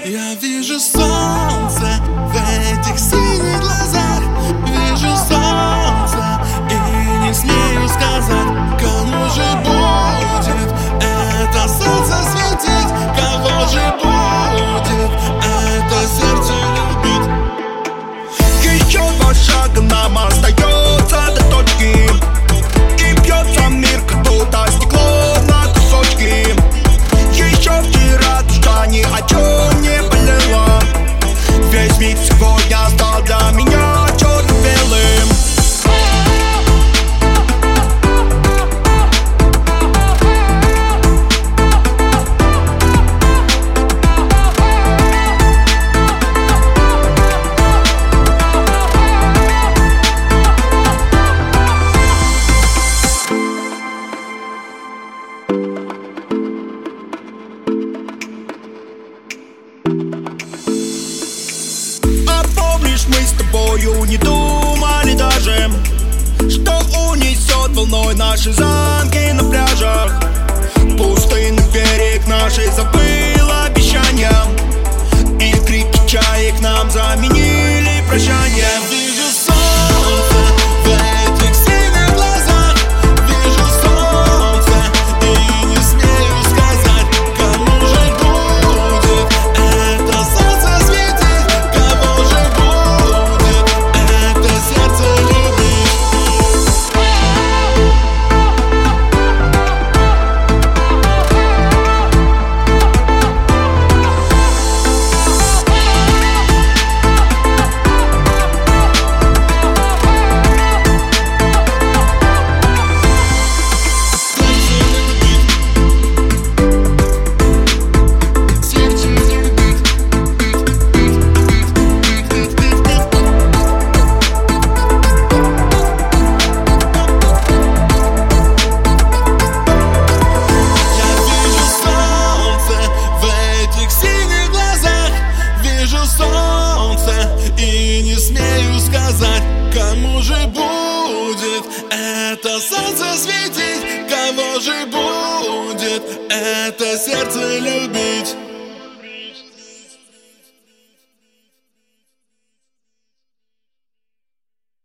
Я вижу солнце в этих синих глазах, вижу солнце и не смею сказать, кому же будет это солнце светить, кого же будет это сердце любить. Еще 2 шага нам остается до точки, и бьется мир, как будто стекло на кусочки. Еще вчера душа ни о чем не болела, весь мир сегодня стал для меня черно-белым. Мы с тобою не думали даже, что унесет волной наши замки на пляжах. Пустынный берег нашей забыл обещания, и крики чаек нам заменили прощание. Вижу солнце в этих синих глазах, вижу солнце и не смею сказать, кому же будет это солнце светить, кого же будет это сердце любить. И не смею сказать, кому же будет это солнце светить, кого же будет это сердце любить.